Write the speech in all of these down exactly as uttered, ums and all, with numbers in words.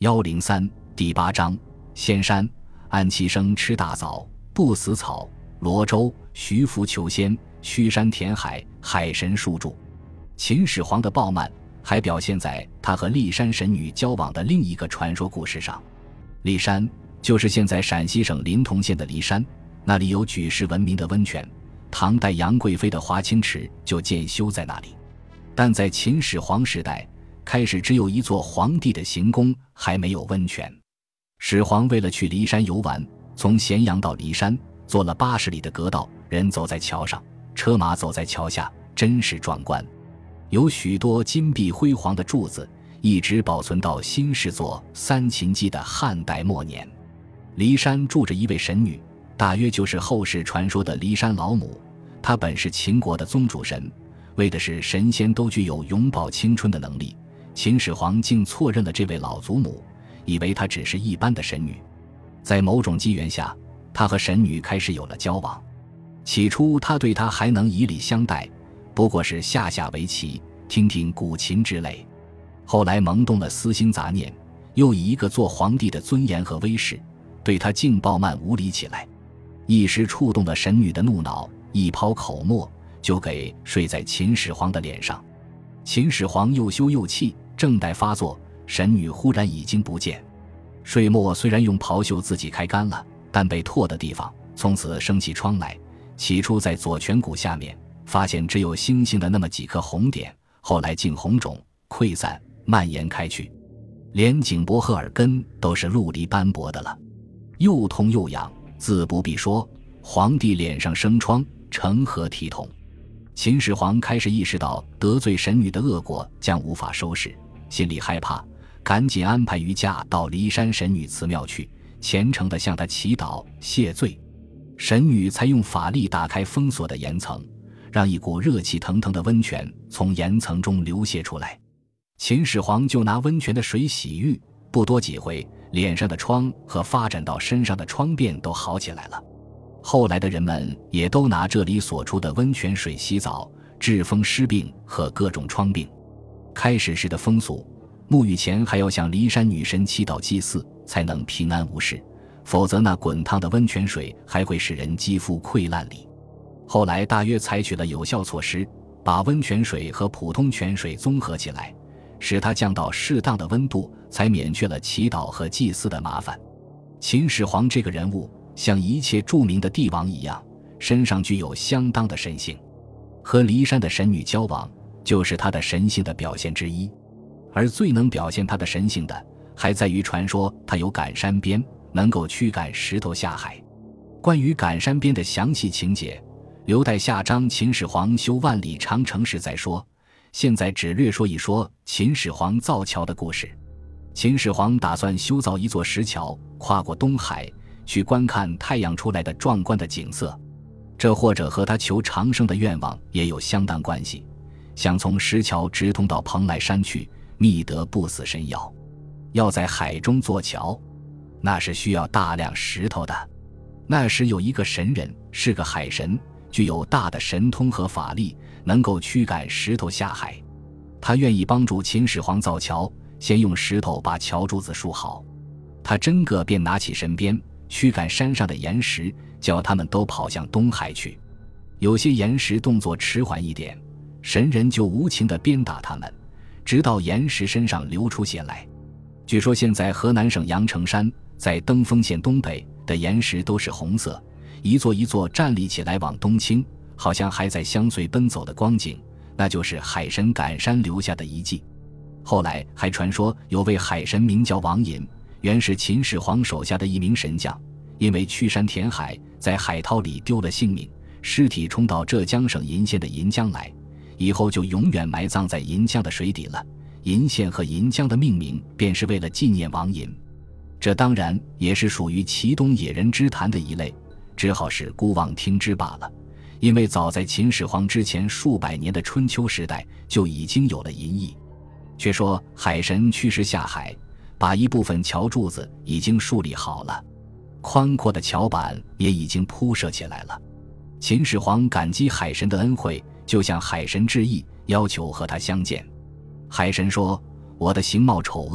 一零三第八章仙山，安其生吃大枣，不死草。罗州，徐福求仙，虚山填海，海神树柱。秦始皇的暴慢还表现在他和骊山神女交往的另一个传说故事上。骊山就是现在陕西省临潼县的骊山，那里有举世闻名的温泉，唐代杨贵妃的华清池就建修在那里。但在秦始皇时代，开始只有一座皇帝的行宫，还没有温泉。始皇为了去骊山游玩，从咸阳到骊山做了八十里的阁道，人走在桥上，车马走在桥下，真是壮观。有许多金碧辉煌的柱子，一直保存到新式作三秦纪的汉代末年。骊山住着一位神女，大约就是后世传说的骊山老母。她本是秦国的宗主神，为的是神仙都具有永葆青春的能力，秦始皇竟错认了这位老祖母，以为她只是一般的神女。在某种机缘下，他和神女开始有了交往。起初他对她还能以礼相待，不过是下下围棋，听听古琴之类。后来萌动了私心杂念，又以一个做皇帝的尊严和威势，对她竟暴慢无礼起来，一时触动了神女的怒恼，一抛口沫就给睡在秦始皇的脸上。秦始皇又羞又气，正待发作，神女忽然已经不见。睡沫虽然用袍袖自己开干了，但被唾的地方从此生起疮来，起初在左颧骨下面发现只有星星的那么几颗红点，后来竟红肿溃散蔓延开去，连颈脖和耳根都是陆离斑驳的了，又痛又痒，自不必说，皇帝脸上生疮，成何体统。秦始皇开始意识到得罪神女的恶果将无法收拾，心里害怕，赶紧安排瑜伽到骊山神女祠庙去，虔诚地向她祈祷谢罪。神女才用法力打开封锁的岩层，让一股热气腾腾的温泉从岩层中流泻出来。秦始皇就拿温泉的水洗浴，不多几回，脸上的疮和发展到身上的疮变都好起来了。后来的人们也都拿这里所出的温泉水洗澡，治风湿病和各种疮病。开始时的风俗，沐浴前还要向骊山女神祈祷祭祀，才能平安无事，否则那滚烫的温泉水还会使人肌肤溃烂里。后来大约采取了有效措施，把温泉水和普通泉水综合起来，使它降到适当的温度，才免却了祈祷和祭祀的麻烦。秦始皇这个人物像一切著名的帝王一样，身上具有相当的神性，和骊山的神女交往就是他的神性的表现之一。而最能表现他的神性的，还在于传说他有赶山鞭，能够驱赶石头下海。关于赶山鞭的详细情节，留待下章秦始皇修万里长城时再说，现在只略说一说秦始皇造桥的故事。秦始皇打算修造一座石桥，跨过东海，去观看太阳出来的壮观的景色。这或者和他求长生的愿望也有相当关系，想从石桥直通到蓬莱山去，觅得不死神药。要在海中做桥，那是需要大量石头的。那时有一个神人，是个海神，具有大的神通和法力，能够驱赶石头下海。他愿意帮助秦始皇造桥，先用石头把桥柱子竖好。他真个便拿起神鞭，驱赶山上的岩石，叫他们都跑向东海去。有些岩石动作迟缓一点，神人就无情地鞭打他们，直到岩石身上流出血来。据说现在河南省阳城山在登封县东北的岩石都是红色，一座一座站立起来往东倾，好像还在相随奔走的光景，那就是海神赶山留下的遗迹。后来还传说有位海神名叫王寅，原是秦始皇手下的一名神将，因为驱山填海，在海涛里丢了性命，尸体冲到浙江省鄞县的鄞江来，以后就永远埋葬在鄞江的水底了。鄞县和鄞江的命名便是为了纪念王寅。这当然也是属于祁东野人之谈的一类，只好是姑妄听之罢了。因为早在秦始皇之前数百年的春秋时代就已经有了银翼。却说海神驱石下海，把一部分桥柱子已经树立好了，宽阔的桥板也已经铺设起来了。秦始皇感激海神的恩惠，就向海神致意，要求和他相见。海神说：我的形貌丑恶，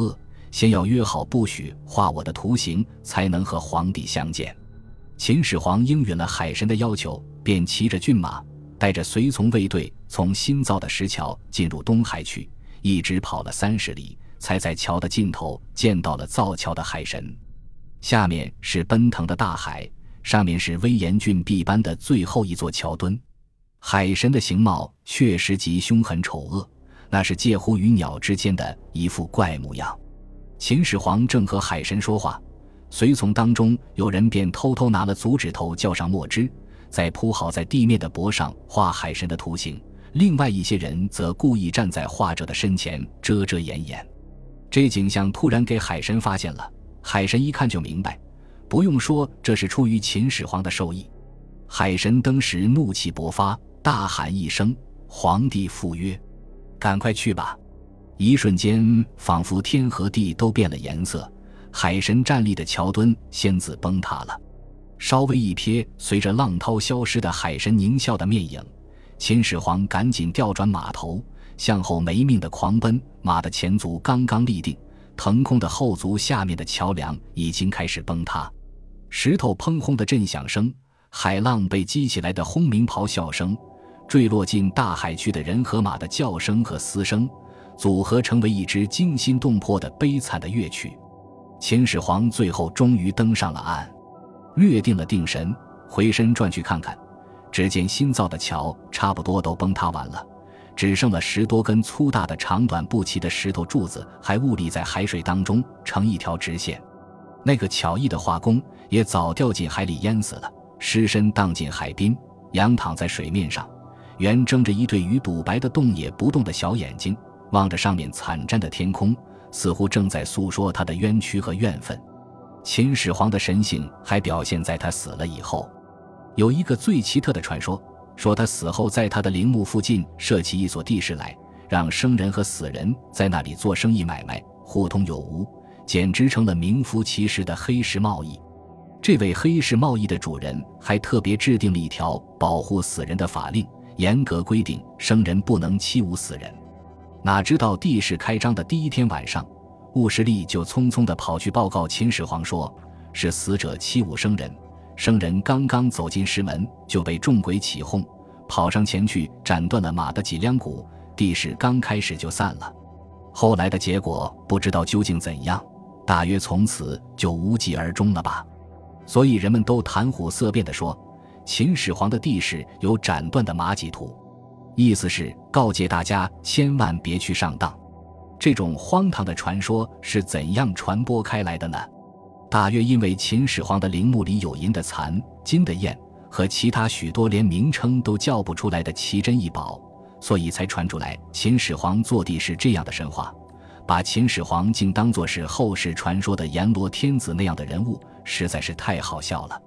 先要约好不许画我的图形，才能和皇帝相见。秦始皇应允了海神的要求，便骑着骏马，带着随从卫队，从新造的石桥进入东海去，一直跑了三十里，才在桥的尽头见到了造桥的海神。下面是奔腾的大海，上面是威严峻壁般的最后一座桥墩。海神的形貌确实极凶狠丑恶，那是介乎鱼鸟之间的一副怪模样。秦始皇正和海神说话，随从当中有人便偷偷拿了足指头浇上墨汁，在铺好在地面的帛上画海神的图形，另外一些人则故意站在画者的身前遮遮掩掩。这景象突然给海神发现了，海神一看就明白，不用说，这是出于秦始皇的授意。海神登时怒气勃发，大喊一声：皇帝赴约，赶快去吧！一瞬间，仿佛天和地都变了颜色，海神站立的桥墩先自崩塌了。稍微一瞥，随着浪涛消失的海神狞笑的面影，秦始皇赶紧调转马头，向后没命的狂奔。马的前足刚刚立定，腾空的后足下面的桥梁已经开始崩塌，石头砰轰的震响声，海浪被激起来的轰鸣咆哮声，坠落进大海去的人和马的叫声和嘶声，组合成为一支惊心动魄的悲惨的乐曲。秦始皇最后终于登上了岸，略定了定神，回身转去看看，只见新造的桥差不多都崩塌完了，只剩了十多根粗大的长短不齐的石头柱子还兀立在海水当中，成一条直线。那个巧艺的画工也早掉进海里淹死了，尸身荡进海滨，仰躺在水面上，圆睁着一对鱼肚白的动也不动的小眼睛，望着上面惨战的天空，似乎正在诉说他的冤屈和怨愤。秦始皇的神性还表现在他死了以后。有一个最奇特的传说，说他死后在他的陵墓附近设起一所地市来，让生人和死人在那里做生意买卖，互通有无，简直成了名副其实的黑市贸易。这位黑市贸易的主人还特别制定了一条保护死人的法令，严格规定生人不能欺侮死人。哪知道地市开张的第一天晚上，务实力就匆匆地跑去报告秦始皇，说是死者欺侮生人，生人刚刚走进市门就被众鬼起哄，跑上前去斩断了马的脊梁骨，地市刚开始就散了。后来的结果不知道究竟怎样，大约从此就无疾而终了吧。所以人们都谈虎色变地说，秦始皇的地市有斩断的马脊图，意思是告诫大家千万别去上当。这种荒唐的传说是怎样传播开来的呢？大约因为秦始皇的陵墓里有银的蚕、金的燕和其他许多连名称都叫不出来的奇珍异宝，所以才传出来秦始皇坐地是这样的神话，把秦始皇竟当作是后世传说的阎罗天子那样的人物，实在是太好笑了。